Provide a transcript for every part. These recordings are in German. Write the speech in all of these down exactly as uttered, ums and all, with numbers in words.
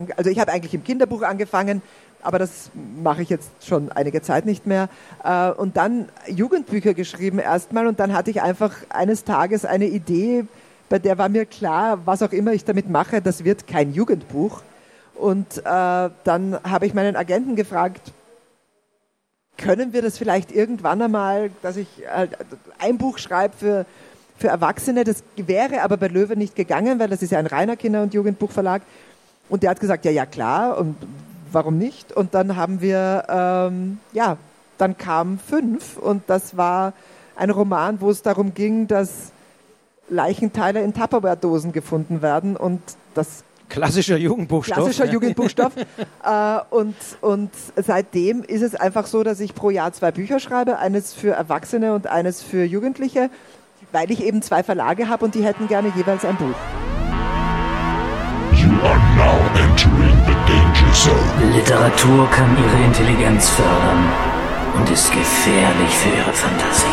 Also ich habe eigentlich im Kinderbuch angefangen, aber das mache ich jetzt schon einige Zeit nicht mehr. Und dann Jugendbücher geschrieben erstmal und dann hatte ich einfach eines Tages eine Idee, bei der war mir klar, was auch immer ich damit mache, das wird kein Jugendbuch. Und äh, dann habe ich meinen Agenten gefragt, können wir das vielleicht irgendwann einmal, dass ich äh, ein Buch schreibe für, für Erwachsene, das wäre aber bei Löwe nicht gegangen, weil das ist ja ein reiner Kinder- und Jugendbuchverlag. Und der hat gesagt, ja, ja klar, und warum nicht? Und dann haben wir, ähm, ja, dann kam fünf und das war ein Roman, wo es darum ging, dass Leichenteile in Tupperware-Dosen gefunden werden und das klassischer Jugendbuchstoff. Klassischer Jugendbuchstoff. äh, und, und seitdem ist es einfach so, dass ich pro Jahr zwei Bücher schreibe, eines für Erwachsene und eines für Jugendliche, weil ich eben zwei Verlage habe und die hätten gerne jeweils ein Buch. You are now entering the danger zone. Literatur kann ihre Intelligenz fördern und ist gefährlich für ihre Fantasie.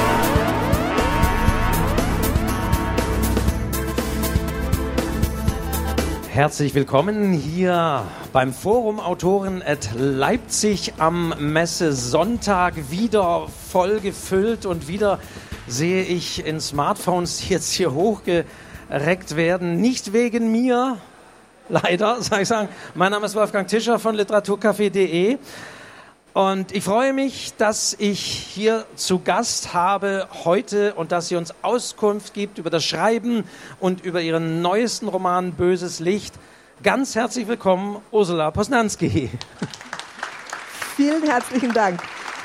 Herzlich willkommen hier beim Forum Autoren at Leipzig am Messe-Sonntag. Wieder voll gefüllt und wieder sehe ich in Smartphones, die jetzt hier hochgereckt werden. Nicht wegen mir, leider, sag ich sagen. Mein Name ist Wolfgang Tischer von literaturcafé punkt de. Und ich freue mich, dass ich hier zu Gast habe heute und dass sie uns Auskunft gibt über das Schreiben und über ihren neuesten Roman Böses Licht. Ganz herzlich willkommen, Ursula Posnanski. Vielen herzlichen Dank.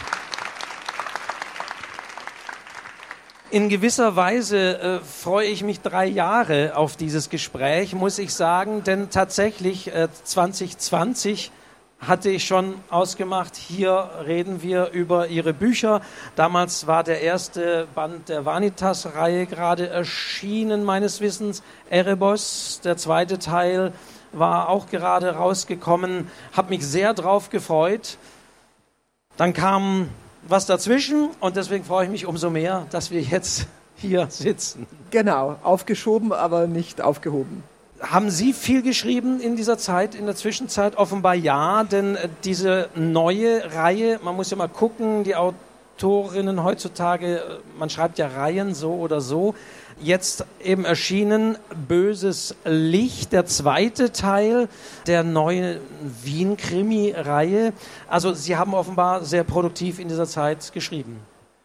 In gewisser Weise äh, freue ich mich drei Jahre auf dieses Gespräch, muss ich sagen, denn tatsächlich äh, zwanzig zwanzig hatte ich schon ausgemacht, hier reden wir über ihre Bücher. Damals war der erste Band der Vanitas-Reihe gerade erschienen, meines Wissens, Erebos. Der zweite Teil war auch gerade rausgekommen, habe mich sehr drauf gefreut. Dann kam was dazwischen und deswegen freue ich mich umso mehr, dass wir jetzt hier sitzen. Genau, aufgeschoben, aber nicht aufgehoben. Haben Sie viel geschrieben in dieser Zeit, in der Zwischenzeit? Offenbar ja, denn diese neue Reihe, man muss ja mal gucken, die Autorinnen heutzutage, man schreibt ja Reihen so oder so, jetzt eben erschienen Böses Licht, der zweite Teil der neuen Wien-Krimi-Reihe. Also Sie haben offenbar sehr produktiv in dieser Zeit geschrieben.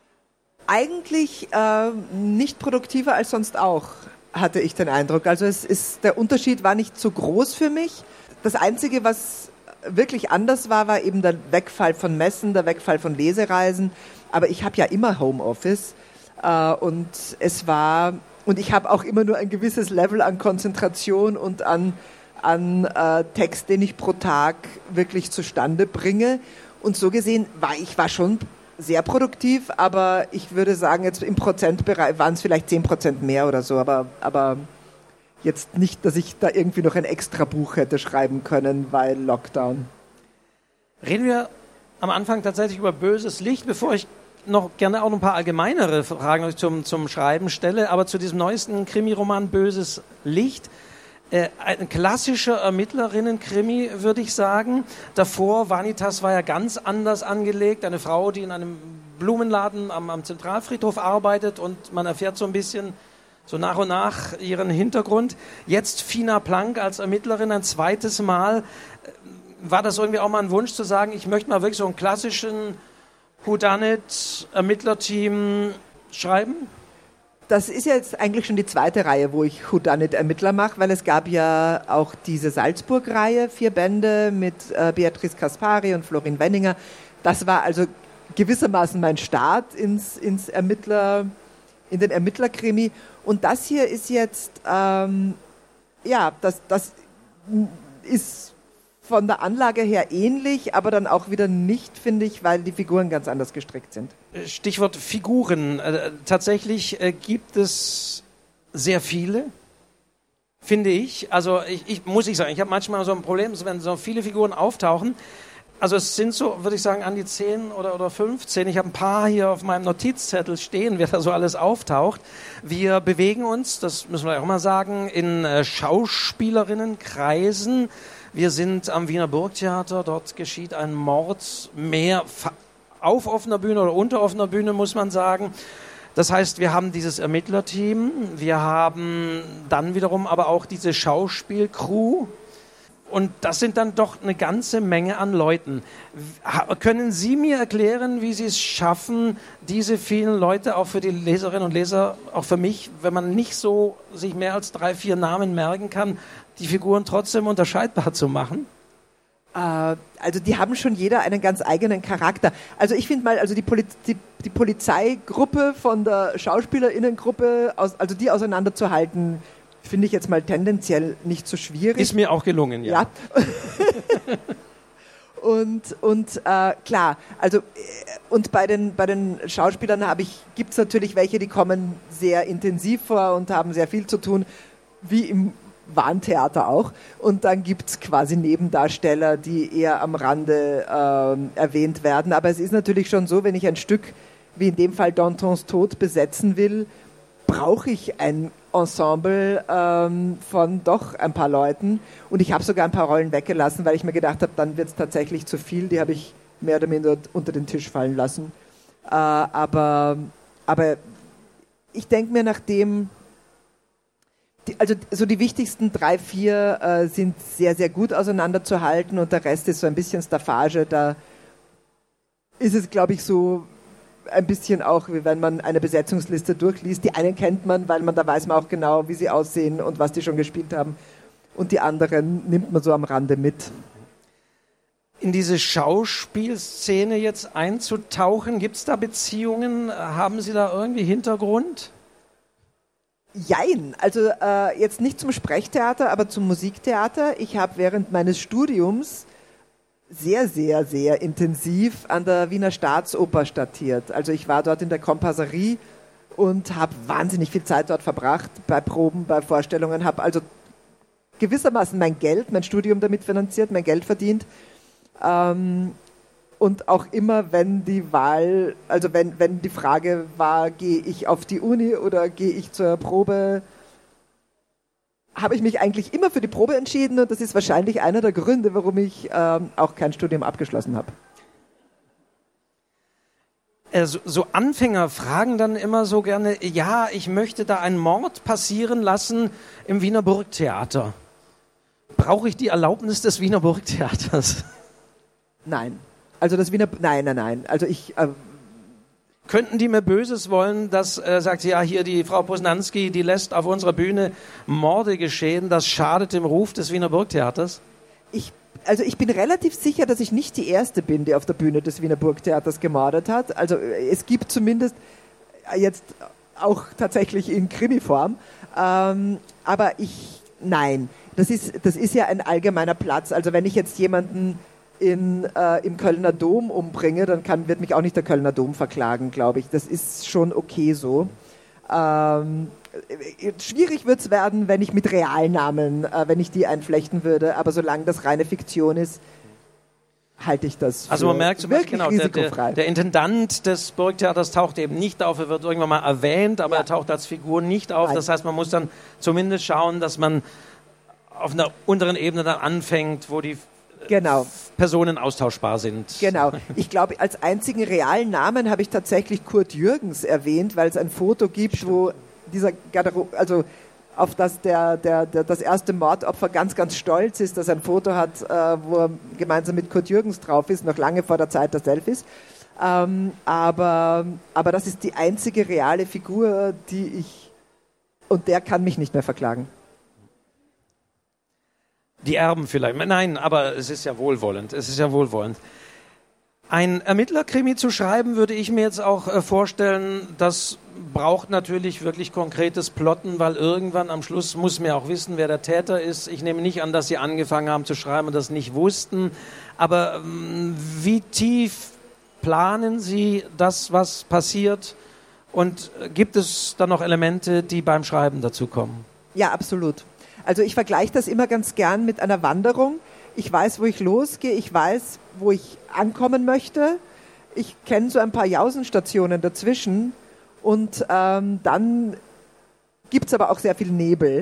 Eigentlich äh, nicht produktiver als sonst auch, hatte ich den Eindruck. Also es ist, der Unterschied war nicht so groß für mich. Das Einzige, was wirklich anders war, war eben der Wegfall von Messen, der Wegfall von Lesereisen. Aber ich habe ja immer Homeoffice äh, und es war, und ich habe auch immer nur ein gewisses Level an Konzentration und an, an äh, Text, den ich pro Tag wirklich zustande bringe. Und so gesehen war ich war schon sehr produktiv, aber ich würde sagen, jetzt im Prozentbereich waren es vielleicht zehn Prozent mehr oder so, aber, aber jetzt nicht, dass ich da irgendwie noch ein extra Buch hätte schreiben können, weil Lockdown. Reden wir am Anfang tatsächlich über Böses Licht, bevor ich noch gerne auch noch ein paar allgemeinere Fragen zum, zum Schreiben stelle, aber zu diesem neuesten Krimiroman Böses Licht. Äh, ein klassischer Ermittlerinnen-Krimi, würde ich sagen. Davor, Vanitas war ja ganz anders angelegt. Eine Frau, die in einem Blumenladen am, am Zentralfriedhof arbeitet und man erfährt so ein bisschen so nach und nach ihren Hintergrund. Jetzt Fina Plank als Ermittlerin ein zweites Mal. War das irgendwie auch mal ein Wunsch zu sagen, ich möchte mal wirklich so einen klassischen Whodunit-Ermittlerteam schreiben? Das ist jetzt eigentlich schon die zweite Reihe, wo ich Whodunit-Ermittler mache, weil es gab ja auch diese Salzburg-Reihe, vier Bände mit äh, Beatrice Kaspari und Florin Wenninger. Das war also gewissermaßen mein Start ins, ins Ermittler, in den Ermittlerkrimi. Und das hier ist jetzt, ähm, ja, das, das ist von der Anlage her ähnlich, aber dann auch wieder nicht, finde ich, weil die Figuren ganz anders gestrickt sind. Stichwort Figuren. Äh, tatsächlich äh, gibt es sehr viele, finde ich. Also ich, ich muss ich sagen, ich habe manchmal so ein Problem, wenn so viele Figuren auftauchen. Also es sind so, würde ich sagen, an die zehn oder, oder fünfzehn. Ich habe ein paar hier auf meinem Notizzettel stehen, wer da so alles auftaucht. Wir bewegen uns, das müssen wir auch mal sagen, in äh, Schauspielerinnenkreisen. Wir sind am Wiener Burgtheater, dort geschieht ein Mord, mehr auf offener Bühne oder unter offener Bühne, muss man sagen. Das heißt, wir haben dieses Ermittlerteam, wir haben dann wiederum aber auch diese Schauspielcrew. Und das sind dann doch eine ganze Menge an Leuten. Ha- können Sie mir erklären, wie Sie es schaffen, diese vielen Leute auch für die Leserinnen und Leser, auch für mich, wenn man nicht so sich mehr als drei, vier Namen merken kann, die Figuren trotzdem unterscheidbar zu machen? Äh, also die haben schon jeder einen ganz eigenen Charakter. Also ich finde mal, also die, Poli- die, die Polizeigruppe von der Schauspielerinnengruppe, aus, also die auseinanderzuhalten, finde ich jetzt mal tendenziell nicht so schwierig. Ist mir auch gelungen, ja. Ja. und und äh, klar, also äh, und bei den bei den Schauspielern habe ich gibt's natürlich welche, die kommen sehr intensiv vor und haben sehr viel zu tun, wie im Warntheater auch. Und dann gibt's quasi Nebendarsteller, die eher am Rande äh, erwähnt werden. Aber es ist natürlich schon so, wenn ich ein Stück wie in dem Fall Dantons Tod besetzen will, brauche ich ein Ensemble ähm, von doch ein paar Leuten. Und ich habe sogar ein paar Rollen weggelassen, weil ich mir gedacht habe, dann wird es tatsächlich zu viel. Die habe ich mehr oder minder unter den Tisch fallen lassen. Äh, aber, aber ich denke mir, nachdem, die, also so die wichtigsten drei, vier äh, sind sehr, sehr gut auseinanderzuhalten und der Rest ist so ein bisschen Staffage. Da ist es, glaube ich, so ein bisschen auch, wie wenn man eine Besetzungsliste durchliest. Die einen kennt man, weil man da weiß man auch genau, wie sie aussehen und was die schon gespielt haben. Und die anderen nimmt man so am Rande mit. In diese Schauspielszene jetzt einzutauchen, gibt es da Beziehungen? Haben Sie da irgendwie Hintergrund? Jein, also äh, jetzt nicht zum Sprechtheater, aber zum Musiktheater. Ich habe während meines Studiums sehr, sehr, sehr intensiv an der Wiener Staatsoper statiert. Also ich war dort in der Komparserie und habe wahnsinnig viel Zeit dort verbracht, bei Proben, bei Vorstellungen, habe also gewissermaßen mein Geld, mein Studium damit finanziert, mein Geld verdient. Ähm, und auch immer, wenn die Wahl, also wenn, wenn die Frage war, gehe ich auf die Uni oder gehe ich zur Probe, habe ich mich eigentlich immer für die Probe entschieden und das ist wahrscheinlich einer der Gründe, warum ich ähm, auch kein Studium abgeschlossen habe. Also, so Anfänger fragen dann immer so gerne, ja, ich möchte da einen Mord passieren lassen im Wiener Burgtheater. Brauche ich die Erlaubnis des Wiener Burgtheaters? Nein. Also das Wiener, nein, nein, nein. Also ich... Äh, Könnten die mir Böses wollen, dass, äh, sagt sie, ja, hier die Frau Posnanski, die lässt auf unserer Bühne Morde geschehen, das schadet dem Ruf des Wiener Burgtheaters? Ich, also ich bin relativ sicher, dass ich nicht die Erste bin, die auf der Bühne des Wiener Burgtheaters gemordet hat. Also es gibt zumindest jetzt auch tatsächlich in Krimiform. Ähm, aber ich, nein, das ist, das ist ja ein allgemeiner Platz. Also wenn ich jetzt jemanden In, äh, im Kölner Dom umbringe, dann kann, wird mich auch nicht der Kölner Dom verklagen, glaube ich. Das ist schon okay so. Ähm, schwierig wird es werden, wenn ich mit Realnamen, äh, wenn ich die einflechten würde, aber solange das reine Fiktion ist, halte ich das für Also man merkt zum Beispiel, genau, der, der, der Intendant des Burgtheaters taucht eben nicht auf, er wird irgendwann mal erwähnt, aber ja. Er taucht als Figur nicht auf. Nein. Das heißt, man muss dann zumindest schauen, dass man auf einer unteren Ebene dann anfängt, wo die Genau. Personen austauschbar sind. Genau. Ich glaube, als einzigen realen Namen habe ich tatsächlich Kurt Jürgens erwähnt, weil es ein Foto gibt, Stimmt. wo dieser Garderobe, also auf das der, der, der, das erste Mordopfer ganz, ganz stolz ist, dass er ein Foto hat, äh, wo er gemeinsam mit Kurt Jürgens drauf ist, noch lange vor der Zeit der Selfies. Ähm, aber, aber das ist die einzige reale Figur, die ich, und der kann mich nicht mehr verklagen. Die Erben vielleicht. Nein, aber es ist ja wohlwollend. Es ist ja wohlwollend. Ein Ermittlerkrimi zu schreiben, würde ich mir jetzt auch äh, vorstellen, das braucht natürlich wirklich konkretes Plotten, weil irgendwann am Schluss muss man auch wissen, wer der Täter ist. Ich nehme nicht an, dass Sie angefangen haben zu schreiben und das nicht wussten. Aber ähm, wie tief planen Sie das, was passiert? Und äh, gibt es dann noch Elemente, die beim Schreiben dazukommen? Ja, absolut. Also ich vergleiche das immer ganz gern mit einer Wanderung. Ich weiß, wo ich losgehe, ich weiß, wo ich ankommen möchte. Ich kenne so ein paar Jausenstationen dazwischen und ähm, dann gibt es aber auch sehr viel Nebel.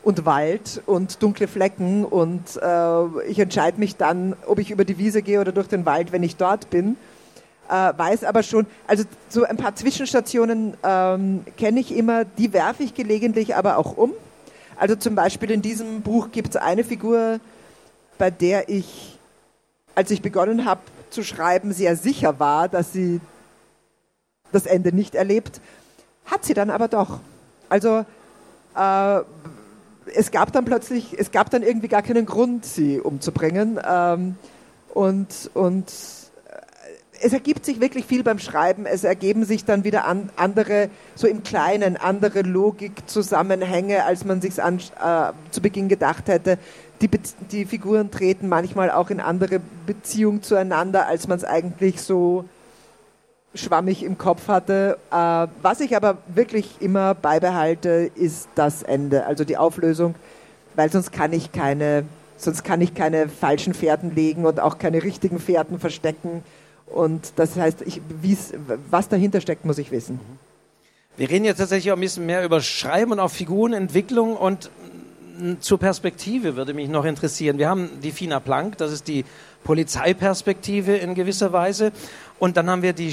und Wald und dunkle Flecken und äh, ich entscheide mich dann, ob ich über die Wiese gehe oder durch den Wald, wenn ich dort bin. Äh, weiß aber schon, also so ein paar Zwischenstationen ähm, kenne ich immer, die werfe ich gelegentlich aber auch um. Also zum Beispiel in diesem Buch gibt es eine Figur, bei der ich, als ich begonnen habe zu schreiben, sehr sicher war, dass sie das Ende nicht erlebt, hat sie dann aber doch. Also äh, es gab dann plötzlich, es gab dann irgendwie gar keinen Grund, sie umzubringen. Ähm, und, und es ergibt sich wirklich viel beim Schreiben. Es ergeben sich dann wieder an, andere, so im Kleinen, andere Logikzusammenhänge, als man sich äh, zu Beginn gedacht hätte. Die, Be- die Figuren treten manchmal auch in andere Beziehungen zueinander, als man es eigentlich so schwammig im Kopf hatte. Äh, was ich aber wirklich immer beibehalte, ist das Ende, also die Auflösung, weil sonst kann ich keine, sonst kann ich keine falschen Fährten legen und auch keine richtigen Fährten verstecken. Und das heißt, ich, was dahinter steckt, muss ich wissen. Wir reden jetzt tatsächlich auch ein bisschen mehr über Schreiben und auch Figurenentwicklung und zur Perspektive würde mich noch interessieren. Wir haben die Fina Plank, das ist die Polizeiperspektive in gewisser Weise. Und dann haben wir die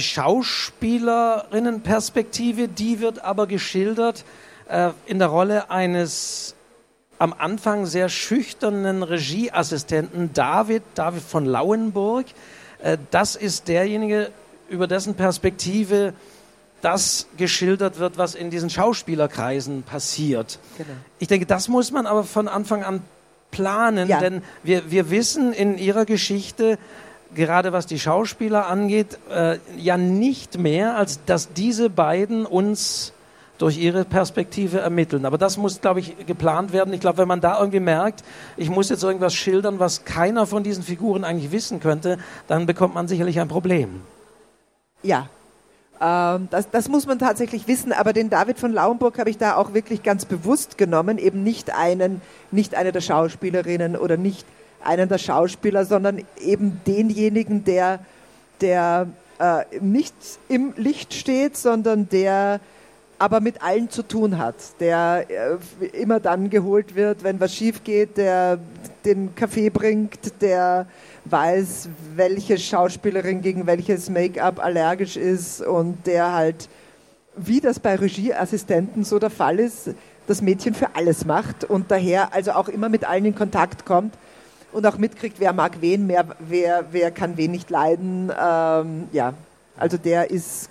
Schauspielerinnenperspektive, die wird aber geschildert äh, in der Rolle eines am Anfang sehr schüchternen Regieassistenten David, David von Lauenburg. Äh, das ist derjenige, über dessen Perspektive das geschildert wird, was in diesen Schauspielerkreisen passiert. Genau. Ich denke, das muss man aber von Anfang an planen, ja. Denn wir, wir wissen in ihrer Geschichte, gerade was die Schauspieler angeht, äh, ja nicht mehr, als dass diese beiden uns durch ihre Perspektive ermitteln. Aber das muss, glaube ich, geplant werden. Ich glaube, wenn man da irgendwie merkt, ich muss jetzt irgendwas schildern, was keiner von diesen Figuren eigentlich wissen könnte, dann bekommt man sicherlich ein Problem. Ja. Ähm, das, das muss man tatsächlich wissen, aber den David von Lauenburg habe ich da auch wirklich ganz bewusst genommen, eben nicht einen, nicht eine der Schauspielerinnen oder nicht einen der Schauspieler, sondern eben denjenigen, der, der äh, nicht im Licht steht, sondern der aber mit allen zu tun hat, der äh, immer dann geholt wird, wenn was schief geht, der den Kaffee bringt, der weiß, welche Schauspielerin gegen welches Make-up allergisch ist und der halt, wie das bei Regieassistenten so der Fall ist, das Mädchen für alles macht und daher also auch immer mit allen in Kontakt kommt und auch mitkriegt, wer mag wen, mehr, wer, wer kann wen nicht leiden. Ähm, ja, also der ist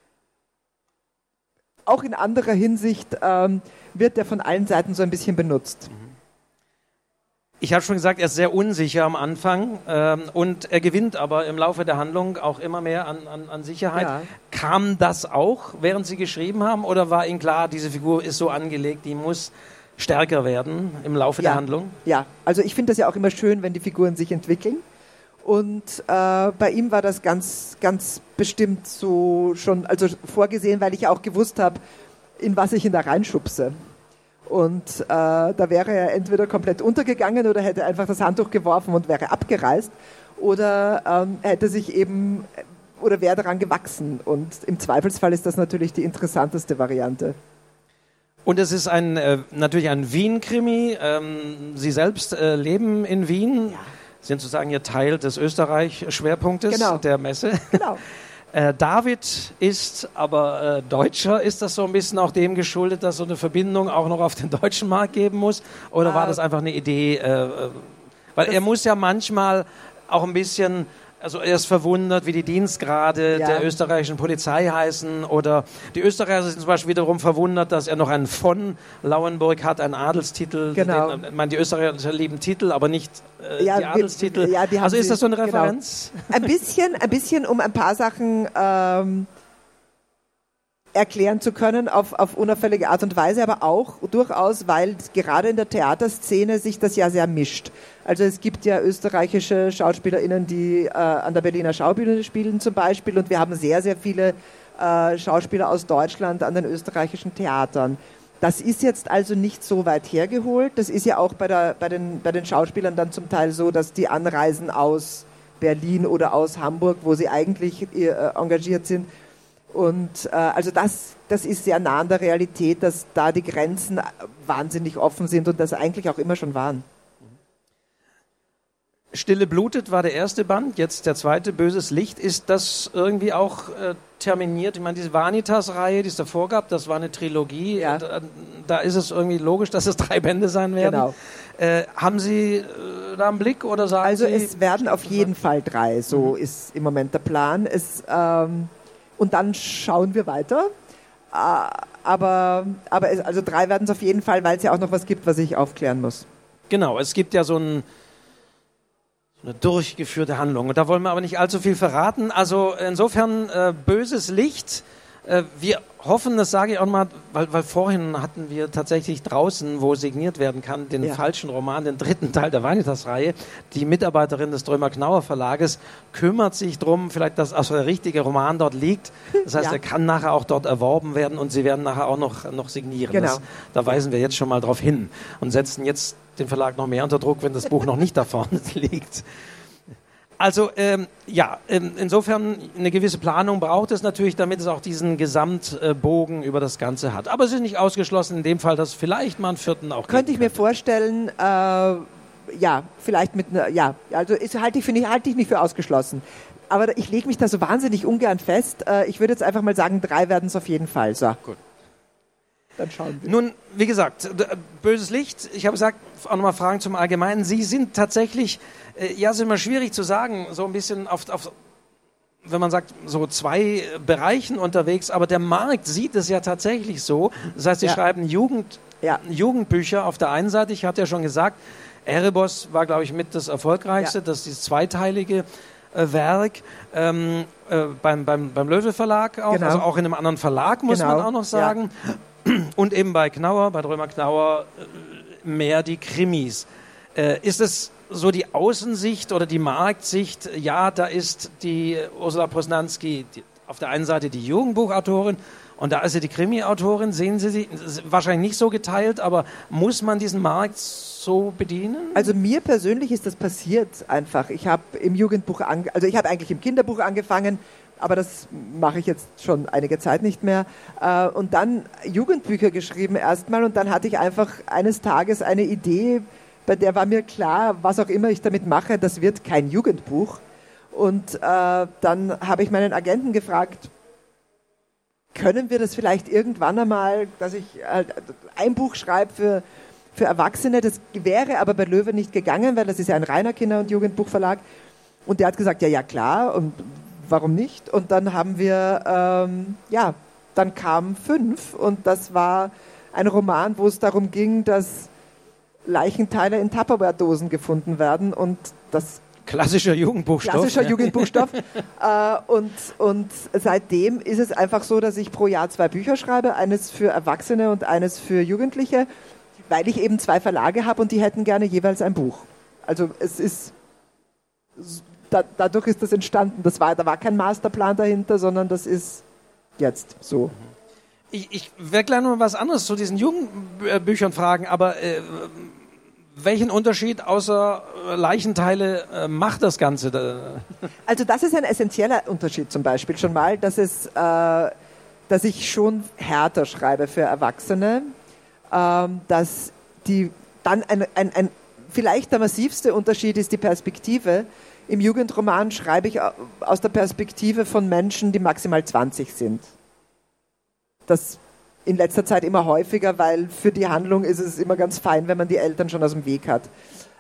auch in anderer Hinsicht, ähm, wird der von allen Seiten so ein bisschen benutzt. Ich habe schon gesagt, er ist sehr unsicher am Anfang ähm, und er gewinnt aber im Laufe der Handlung auch immer mehr an, an, an Sicherheit. Ja. Kam das auch, während Sie geschrieben haben, oder war Ihnen klar, diese Figur ist so angelegt, die muss stärker werden im Laufe ja. der Handlung? Ja, also ich finde das ja auch immer schön, wenn die Figuren sich entwickeln. Und äh, bei ihm war das ganz, ganz bestimmt so schon, also vorgesehen, weil ich auch gewusst habe, in was ich ihn da reinschubse. Und äh, da wäre er entweder komplett untergegangen oder hätte einfach das Handtuch geworfen und wäre abgereist oder ähm, hätte sich eben oder wäre daran gewachsen. Und im Zweifelsfall ist das natürlich die interessanteste Variante. Und es ist ein äh, natürlich ein Wien-Krimi. Ähm, Sie selbst äh, leben in Wien. Ja. Sind sozusagen ja Teil des Österreich-Schwerpunktes genau. der Messe. Genau. Äh, David ist aber äh, Deutscher. Ist das so ein bisschen auch dem geschuldet, dass so eine Verbindung auch noch auf den deutschen Markt geben muss? Oder äh, war das einfach eine Idee? Äh, weil er muss ja manchmal auch ein bisschen, also er ist verwundert, wie die Dienstgrade ja. der österreichischen Polizei heißen. Oder die Österreicher sind zum Beispiel wiederum verwundert, dass er noch einen von Lauenburg hat, einen Adelstitel. Genau. Den, ich meine, die Österreicher lieben Titel, aber nicht äh, ja, die Adelstitel. Wir, ja, die also ist sie, das so eine Referenz? Genau. Ein bisschen, ein bisschen, um ein paar Sachen ähm, erklären zu können auf, auf unauffällige Art und Weise, aber auch durchaus, weil gerade in der Theaterszene sich das ja sehr mischt. Also es gibt ja österreichische SchauspielerInnen, die äh, an der Berliner Schaubühne spielen zum Beispiel und wir haben sehr, sehr viele äh, Schauspieler aus Deutschland an den österreichischen Theatern. Das ist jetzt also nicht so weit hergeholt. Das ist ja auch bei, der, bei, den, bei den Schauspielern dann zum Teil so, dass die anreisen aus Berlin oder aus Hamburg, wo sie eigentlich äh, engagiert sind, Und äh, also das, das ist sehr nah an der Realität, dass da die Grenzen wahnsinnig offen sind und das eigentlich auch immer schon waren. Stille blutet war der erste Band, jetzt der zweite, Böses Licht. Ist das irgendwie auch äh, terminiert? Ich meine, diese Vanitas-Reihe, die es davor gab, das war eine Trilogie. Ja. Da, da ist es irgendwie logisch, dass es drei Bände sein werden. Genau. Äh, haben Sie äh, da einen Blick oder sagen Also Sie... es werden auf jeden Fall drei, so mhm. ist im Moment der Plan. Es, ähm, und dann schauen wir weiter. Äh, aber aber es, also drei werden es auf jeden Fall, weil es ja auch noch was gibt, was ich aufklären muss. Genau, es gibt ja so ein... eine durchgeführte Handlung. Und da wollen wir aber nicht allzu viel verraten. Also insofern äh, Böses Licht. Äh, wir hoffen, das sage ich auch mal, weil, weil vorhin hatten wir tatsächlich draußen, wo signiert werden kann, den ja. falschen Roman, den dritten Teil der Vanitas-Reihe. Die Mitarbeiterin des Drömer-Knauer Verlages kümmert sich darum, vielleicht, dass also der richtige Roman dort liegt. Das heißt, ja. er kann nachher auch dort erworben werden und sie werden nachher auch noch, noch signieren. Genau. Das, da weisen wir jetzt schon mal drauf hin und setzen jetzt den Verlag noch mehr unter Druck, wenn das Buch noch nicht da vorne liegt. Also ähm, ja, ähm, insofern eine gewisse Planung braucht es natürlich, damit es auch diesen Gesamtbogen äh, über das Ganze hat. Aber es ist nicht ausgeschlossen in dem Fall, dass vielleicht mal einen vierten auch Könnte ich mir könnte. vorstellen, äh, ja, vielleicht mit einer, ja, also ist, halte ich, finde ich, halte ich nicht für ausgeschlossen. Aber ich lege mich da so wahnsinnig ungern fest. Äh, ich würde jetzt einfach mal sagen, drei werden es auf jeden Fall. So. Gut. Dann schauen wir. Nun, wie gesagt, Böses Licht, ich habe gesagt, auch nochmal Fragen zum Allgemeinen. Sie sind tatsächlich, äh, ja, es ist immer schwierig zu sagen, so ein bisschen auf, auf, wenn man sagt, so zwei Bereichen unterwegs, aber der Markt sieht es ja tatsächlich so. Das heißt, Sie ja. schreiben Jugend, ja. Jugendbücher auf der einen Seite, ich hatte ja schon gesagt, Erebos war, glaube ich, mit das erfolgreichste, ja. das ist dieses zweiteilige äh, Werk ähm, äh, beim, beim, beim Löwe Verlag auch, genau. also auch in einem anderen Verlag, muss genau. man auch noch sagen. Ja. Und eben bei Knauer, bei Drömer Knauer, mehr die Krimis. Äh, ist es so die Außensicht oder die Marktsicht? Ja, da ist die Ursula Posnanski die, auf der einen Seite die Jugendbuchautorin und da ist sie die Krimi-Autorin. Sehen Sie sie? Wahrscheinlich nicht so geteilt, aber muss man diesen Markt so bedienen? Also mir persönlich ist das passiert einfach. Ich habe im Jugendbuch, ange- also ich habe eigentlich im Kinderbuch angefangen, aber das mache ich jetzt schon einige Zeit nicht mehr. Äh, und dann Jugendbücher geschrieben erstmal und dann hatte ich einfach eines Tages eine Idee, bei der war mir klar, was auch immer ich damit mache, das wird kein Jugendbuch. Und äh, dann habe ich meinen Agenten gefragt, können wir das vielleicht irgendwann einmal, dass ich äh, ein Buch schreibe für, für Erwachsene, das wäre aber bei Löwe nicht gegangen, weil das ist ja ein reiner Kinder- und Jugendbuchverlag. Und der hat gesagt, ja, ja klar, und warum nicht? Und dann haben wir, ähm, ja, dann kamen fünf und das war ein Roman, wo es darum ging, dass Leichenteile in Tupperware-Dosen gefunden werden und das klassischer Jugendbuchstoff. Klassischer ja. Jugendbuchstoff. äh, und, und seitdem ist es einfach so, dass ich pro Jahr zwei Bücher schreibe, eines für Erwachsene und eines für Jugendliche, weil ich eben zwei Verlage habe und die hätten gerne jeweils ein Buch. Also es ist... Da, dadurch ist das entstanden. Das war, da war kein Masterplan dahinter, sondern das ist jetzt so. Ich, ich werde gleich noch mal was anderes zu diesen Jugendbüchern fragen, aber äh, welchen Unterschied außer Leichenteile äh, macht das Ganze? Da? Also das ist ein essentieller Unterschied zum Beispiel schon mal, dass, es, äh, dass ich schon härter schreibe für Erwachsene, ähm, dass die dann ein, ein, ein vielleicht der massivste Unterschied ist die Perspektive. Im Jugendroman schreibe ich aus der Perspektive von Menschen, die maximal zwanzig sind. Das in letzter Zeit immer häufiger, weil für die Handlung ist es immer ganz fein, wenn man die Eltern schon aus dem Weg hat.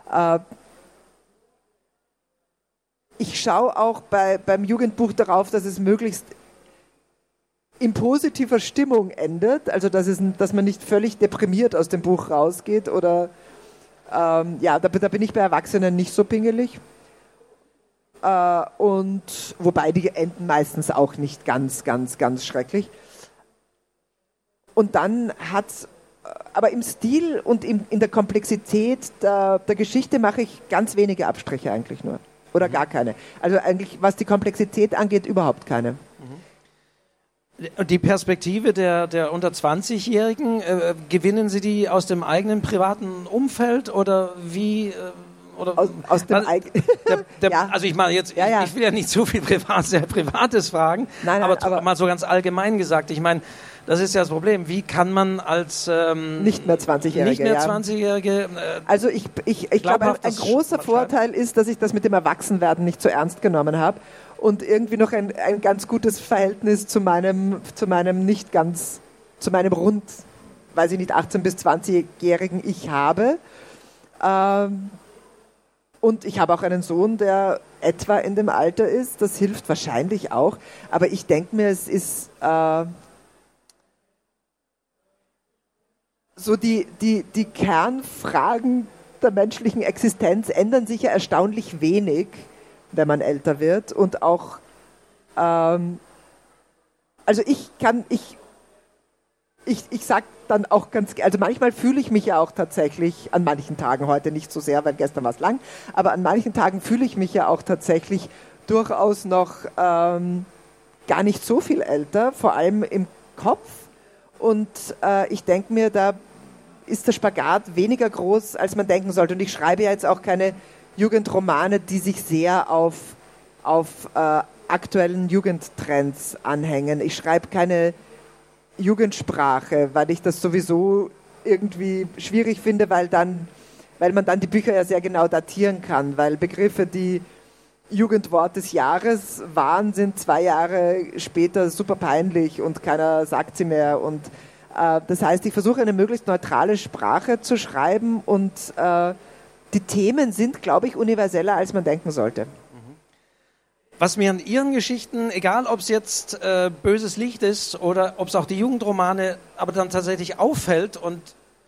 Ich schaue auch bei, beim Jugendbuch darauf, dass es möglichst in positiver Stimmung endet, also dass, es, dass man nicht völlig deprimiert aus dem Buch rausgeht oder ähm, ja, da, da bin ich bei Erwachsenen nicht so pingelig. Uh, und wobei die enden meistens auch nicht ganz, ganz, ganz schrecklich. Und dann hat, aber im Stil und im, in der Komplexität der, der Geschichte mache ich ganz wenige Abstriche eigentlich nur. Oder mhm. gar keine. Also eigentlich, was die Komplexität angeht, überhaupt keine. Und die Perspektive der, der unter zwanzigjährigen, äh, gewinnen Sie die aus dem eigenen privaten Umfeld oder wie... Äh oder aus, aus dem also, Eig- der, der, ja. also ich meine jetzt, Ja, ja. Ich, ich will ja nicht zu viel Privat, sehr Privates fragen, Nein, nein, aber, aber mal so ganz allgemein gesagt, ich meine, das ist ja das Problem. Wie kann man als ähm, nicht mehr zwanzigjährige, nicht mehr ja. zwanzigjährige äh, Also ich, ich, ich glaube, ein, glaubhaft ein das großer sch- Vorteil ist, dass ich das mit dem Erwachsenwerden nicht so ernst genommen habe und irgendwie noch ein, ein ganz gutes Verhältnis zu meinem, zu meinem nicht ganz, zu meinem rund, weiß ich nicht, achtzehn- bis zwanzigjährigen Ich habe. Ähm, und ich habe auch einen Sohn, der etwa in dem Alter ist. Das hilft wahrscheinlich auch. Aber ich denke mir, es ist äh, so die, die, die Kernfragen der menschlichen Existenz ändern sich ja erstaunlich wenig, wenn man älter wird. Und auch, ähm, also ich kann, ich, ich, ich sag dann auch ganz, also manchmal fühle ich mich ja auch tatsächlich, an manchen Tagen, heute nicht so sehr, weil gestern war es lang, aber an manchen Tagen fühle ich mich ja auch tatsächlich durchaus noch ähm, gar nicht so viel älter, vor allem im Kopf. Und äh, ich denke mir, da ist der Spagat weniger groß, als man denken sollte. Und ich schreibe ja jetzt auch keine Jugendromane, die sich sehr auf, auf äh, aktuellen Jugendtrends anhängen. Ich schreibe keine Jugendsprache, weil ich das sowieso irgendwie schwierig finde, weil, dann, weil man dann die Bücher ja sehr genau datieren kann, weil Begriffe, die Jugendwort des Jahres waren, sind zwei Jahre später super peinlich und keiner sagt sie mehr. Und äh, das heißt, ich versuche eine möglichst neutrale Sprache zu schreiben und äh, die Themen sind, glaube ich, universeller, als man denken sollte. Was mir an Ihren Geschichten, egal ob es jetzt äh, Böses Licht ist oder ob es auch die Jugendromane, aber dann tatsächlich auffällt und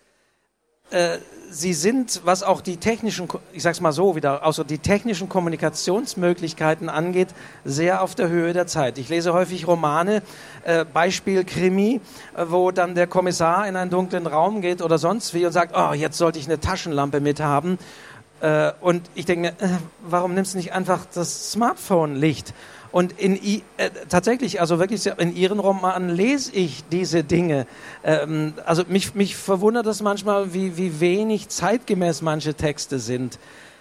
äh, sie sind, was auch die technischen, ich sag's mal so wieder, außer die technischen Kommunikationsmöglichkeiten angeht, sehr auf der Höhe der Zeit. Ich lese häufig Romane, äh, Beispiel Krimi, äh, wo dann der Kommissar in einen dunklen Raum geht oder sonst wie und sagt, oh, jetzt sollte ich eine Taschenlampe mithaben. Äh, und ich denke mir, äh, warum nimmst du nicht einfach das Smartphone-Licht? Und in I, äh, tatsächlich, also wirklich in Ihren Romanen lese ich diese Dinge. Ähm, also mich, mich verwundert das manchmal, wie, wie wenig zeitgemäß manche Texte sind.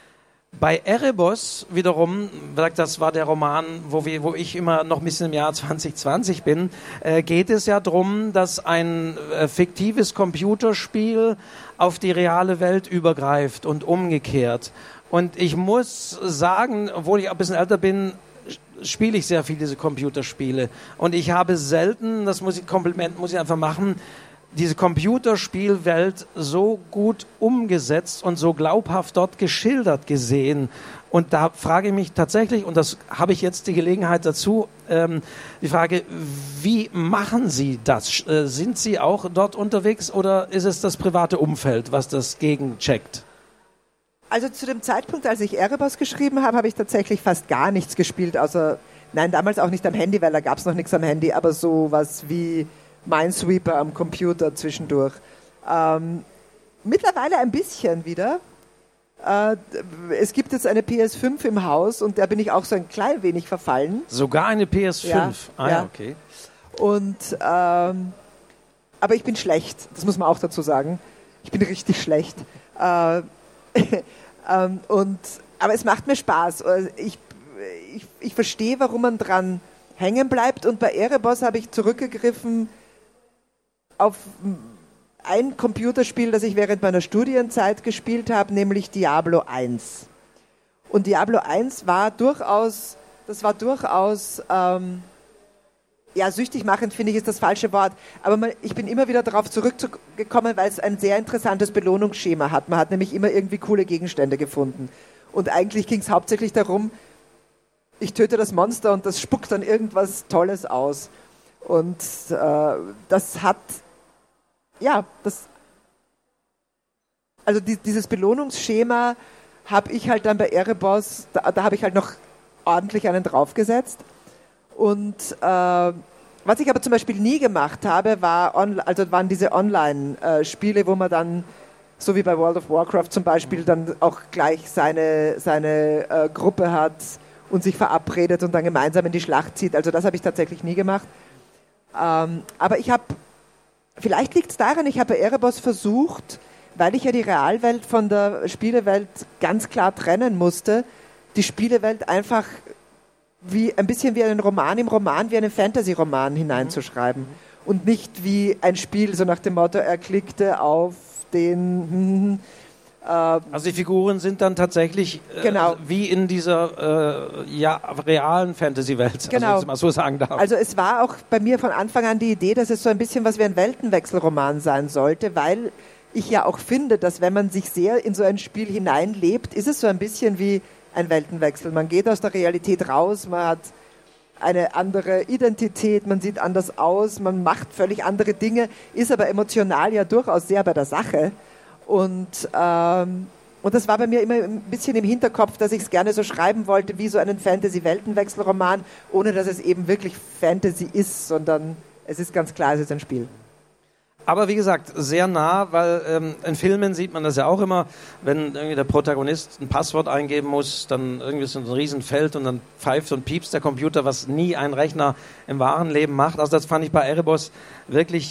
Bei Erebos wiederum, das war der Roman, wo, wir, wo ich immer noch ein bisschen im Jahr zwanzig zwanzig bin, äh, geht es ja darum, dass ein äh, fiktives Computerspiel auf die reale Welt übergreift und umgekehrt. Und ich muss sagen, obwohl ich ein bisschen älter bin, spiele ich sehr viel diese Computerspiele. Und ich habe selten, das muss ich, Kompliment muss ich einfach machen, diese Computerspielwelt so gut umgesetzt und so glaubhaft dort geschildert gesehen. Und da frage ich mich tatsächlich, und das habe ich jetzt die Gelegenheit dazu, ähm, die Frage, wie machen Sie das? Äh, sind Sie auch dort unterwegs oder ist es das private Umfeld, was das gegencheckt? Also zu dem Zeitpunkt, als ich Erebos geschrieben habe, habe ich tatsächlich fast gar nichts gespielt, außer, nein, damals auch nicht am Handy, weil da gab es noch nichts am Handy, aber so was wie Minesweeper am Computer zwischendurch. Ähm, mittlerweile ein bisschen wieder. Äh, es gibt jetzt eine P S fünf im Haus und der bin ich auch so ein klein wenig verfallen. Sogar eine P S fünf? Ja, ah ja, okay. Und, ähm, aber ich bin schlecht, das muss man auch dazu sagen. Ich bin richtig schlecht. Äh, ähm, und, aber es macht mir Spaß. Ich, ich, ich verstehe, warum man dran hängen bleibt. Und bei Erebos habe ich zurückgegriffen auf ein Computerspiel, das ich während meiner Studienzeit gespielt habe, nämlich Diablo eins. Und Diablo eins war durchaus, das war durchaus, ähm, ja, süchtig machend finde ich ist das falsche Wort, aber man, ich bin immer wieder darauf zurückgekommen, weil es ein sehr interessantes Belohnungsschema hat. Man hat nämlich immer irgendwie coole Gegenstände gefunden. Und eigentlich ging es hauptsächlich darum, ich töte das Monster und das spuckt dann irgendwas Tolles aus. Und äh, das hat, ja, das, also die, dieses Belohnungsschema habe ich halt dann bei Erebos, da, da habe ich halt noch ordentlich einen draufgesetzt. Und äh, was ich aber zum Beispiel nie gemacht habe, war on, also waren diese Online-Spiele, wo man dann, so wie bei World of Warcraft zum Beispiel, dann auch gleich seine, seine äh, Gruppe hat und sich verabredet und dann gemeinsam in die Schlacht zieht. Also das habe ich tatsächlich nie gemacht. Ähm, aber ich habe, vielleicht liegt es daran, ich habe bei Erebos versucht, weil ich ja die Realwelt von der Spielewelt ganz klar trennen musste, die Spielewelt einfach wie ein bisschen wie einen Roman im Roman, wie einen Fantasy-Roman hineinzuschreiben. Mhm. Und nicht wie ein Spiel, so nach dem Motto, er klickte auf den... Äh, also die Figuren sind dann tatsächlich äh, genau. wie in dieser äh, ja, realen Fantasy-Welt, genau. also wenn ich mal so sagen darf. Also es war auch bei mir von Anfang an die Idee, dass es so ein bisschen was wie ein Weltenwechselroman sein sollte, weil ich ja auch finde, dass wenn man sich sehr in so ein Spiel hineinlebt, ist es so ein bisschen wie ein Weltenwechsel. Man geht aus der Realität raus, man hat eine andere Identität, man sieht anders aus, man macht völlig andere Dinge, ist aber emotional ja durchaus sehr bei der Sache. Und, ähm, und das war bei mir immer ein bisschen im Hinterkopf, dass ich es gerne so schreiben wollte, wie so einen Fantasy-Weltenwechselroman, ohne dass es eben wirklich Fantasy ist, sondern es ist ganz klar, es ist ein Spiel. Aber wie gesagt, sehr nah, weil ähm, in Filmen sieht man das ja auch immer, wenn irgendwie der Protagonist ein Passwort eingeben muss, dann irgendwie so ein Riesenfeld und dann pfeift und piepst der Computer, was nie ein Rechner im wahren Leben macht. Also das fand ich bei Erebos wirklich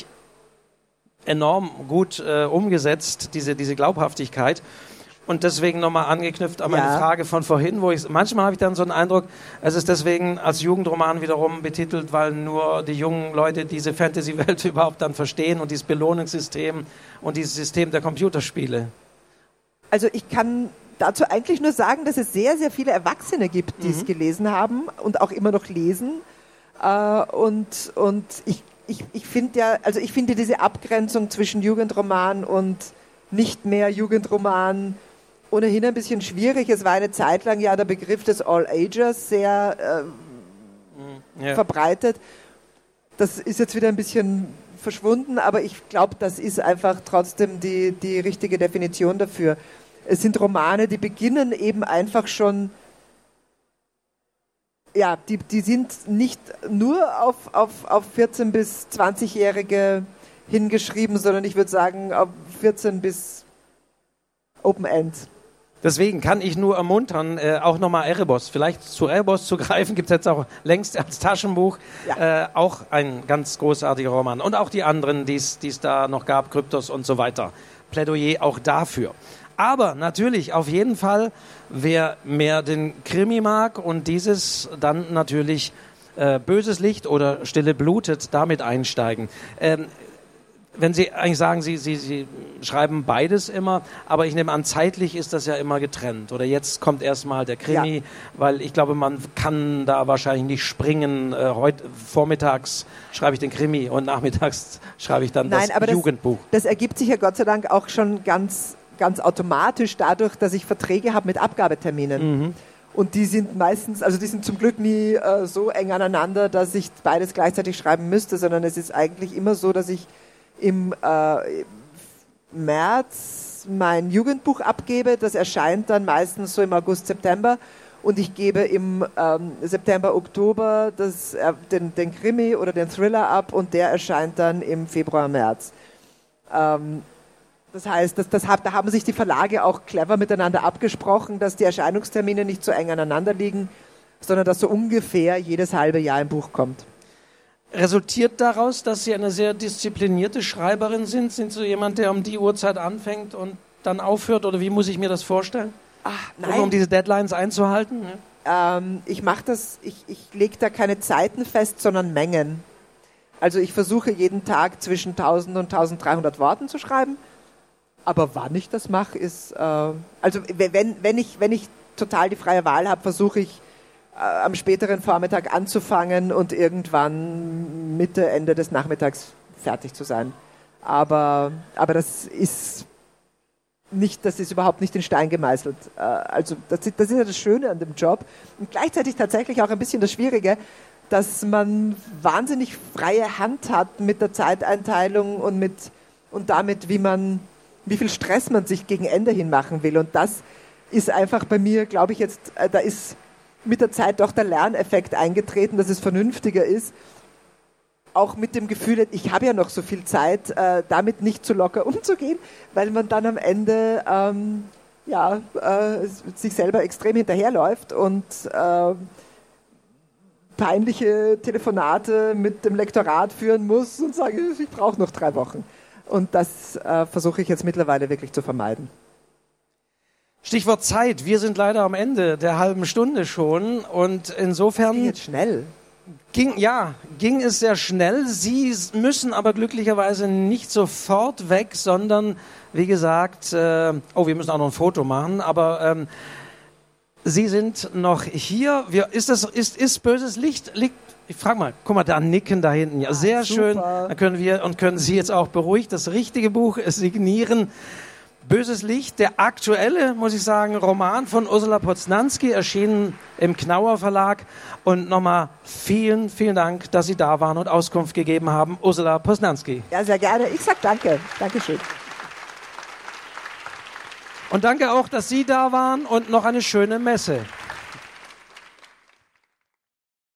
enorm gut äh, umgesetzt, diese, diese Glaubhaftigkeit. Und deswegen nochmal angeknüpft an meine ja. Frage von vorhin, wo ich, manchmal habe ich dann so einen Eindruck, es ist deswegen als Jugendroman wiederum betitelt, weil nur die jungen Leute diese Fantasy-Welt überhaupt dann verstehen und dieses Belohnungssystem und dieses System der Computerspiele. Also ich kann dazu eigentlich nur sagen, dass es sehr, sehr viele Erwachsene gibt, die mhm. es gelesen haben und auch immer noch lesen. Äh, und und ich, ich, ich finde ja, also ich finde diese Abgrenzung zwischen Jugendroman und nicht mehr Jugendroman ohnehin ein bisschen schwierig. Es war eine Zeit lang ja der Begriff des All Ages sehr äh, ja. verbreitet. Das ist jetzt wieder ein bisschen verschwunden, aber ich glaube, das ist einfach trotzdem die, die richtige Definition dafür. Es sind Romane, die beginnen eben einfach schon, ja, die, die sind nicht nur auf, auf, auf vierzehn- bis zwanzigjährige hingeschrieben, sondern ich würde sagen auf vierzehn bis Open End. Deswegen kann ich nur ermuntern, äh, auch nochmal Erebos, vielleicht zu Erebos zu greifen, gibt es jetzt auch längst als Taschenbuch, ja. äh, auch ein ganz großartiger Roman. Und auch die anderen, die es da noch gab, Kryptos und so weiter. Plädoyer auch dafür. Aber natürlich, auf jeden Fall, wer mehr den Krimi mag und dieses dann natürlich äh, Böses Licht oder Stille blutet, damit einsteigen. Ähm, Wenn Sie eigentlich sagen, Sie, Sie, Sie schreiben beides immer, aber ich nehme an, zeitlich ist das ja immer getrennt. Oder jetzt kommt erstmal der Krimi, ja. weil ich glaube, man kann da wahrscheinlich nicht springen. Äh, heute vormittags schreibe ich den Krimi und nachmittags schreibe ich dann Nein, das aber Jugendbuch. Das, das ergibt sich ja Gott sei Dank auch schon ganz, ganz automatisch dadurch, dass ich Verträge habe mit Abgabeterminen. Mhm. Und die sind meistens, also die sind zum Glück nie äh, so eng aneinander, dass ich beides gleichzeitig schreiben müsste, sondern es ist eigentlich immer so, dass ich im äh, März mein Jugendbuch abgebe. Das erscheint dann meistens so im August, September. Und ich gebe im ähm, September, Oktober das, äh, den, den Krimi oder den Thriller ab und der erscheint dann im Februar, März. Ähm, das heißt, das, das hab, da haben sich die Verlage auch clever miteinander abgesprochen, dass die Erscheinungstermine nicht so eng aneinander liegen, sondern dass so ungefähr jedes halbe Jahr ein Buch kommt. Resultiert daraus, dass Sie eine sehr disziplinierte Schreiberin sind? Sind Sie jemand, der um die Uhrzeit anfängt und dann aufhört? Oder wie muss ich mir das vorstellen? Ach, nein. Um, um diese Deadlines einzuhalten? Ja. Ähm, ich mache das, ich, ich lege da keine Zeiten fest, sondern Mengen. Also ich versuche jeden Tag zwischen tausend und eintausenddreihundert Worten zu schreiben. Aber wann ich das mache, ist... Äh, also wenn, wenn, ich, wenn ich total die freie Wahl habe, versuche ich am späteren Vormittag anzufangen und irgendwann Mitte, Ende des Nachmittags fertig zu sein. Aber, aber das ist nicht, das ist überhaupt nicht in Stein gemeißelt. Also das, das ist ja das Schöne an dem Job und gleichzeitig tatsächlich auch ein bisschen das Schwierige, dass man wahnsinnig freie Hand hat mit der Zeiteinteilung und mit und damit, wie man, wie viel Stress man sich gegen Ende hin machen will. Und das ist einfach bei mir, glaube ich jetzt, da ist mit der Zeit doch der Lerneffekt eingetreten, dass es vernünftiger ist, auch mit dem Gefühl, ich habe ja noch so viel Zeit, äh, damit nicht zu locker umzugehen, weil man dann am Ende ähm, ja, äh, sich selber extrem hinterherläuft und äh, peinliche Telefonate mit dem Lektorat führen muss und sage, ich brauche noch drei Wochen. Und das äh, versuche ich jetzt mittlerweile wirklich zu vermeiden. Stichwort Zeit. Wir sind leider am Ende der halben Stunde schon. Und insofern... Ging jetzt schnell. Ging, ja, ging es sehr schnell. Sie müssen aber glücklicherweise nicht sofort weg, sondern, wie gesagt, äh, oh, wir müssen auch noch ein Foto machen, aber ähm, Sie sind noch hier. Wir, ist, das, ist, ist böses Licht, liegt, ich frage mal, guck mal, da nicken da hinten. Ja, sehr ah, schön. Dann können wir und können Sie jetzt auch beruhigt das richtige Buch signieren. Böses Licht, der aktuelle, muss ich sagen, Roman von Ursula Poznanski, erschienen im Knauer Verlag. Und nochmal vielen, vielen Dank, dass Sie da waren und Auskunft gegeben haben. Ursula Poznanski. Ja, sehr gerne. Ich sag danke. Dankeschön. Und danke auch, dass Sie da waren und noch eine schöne Messe.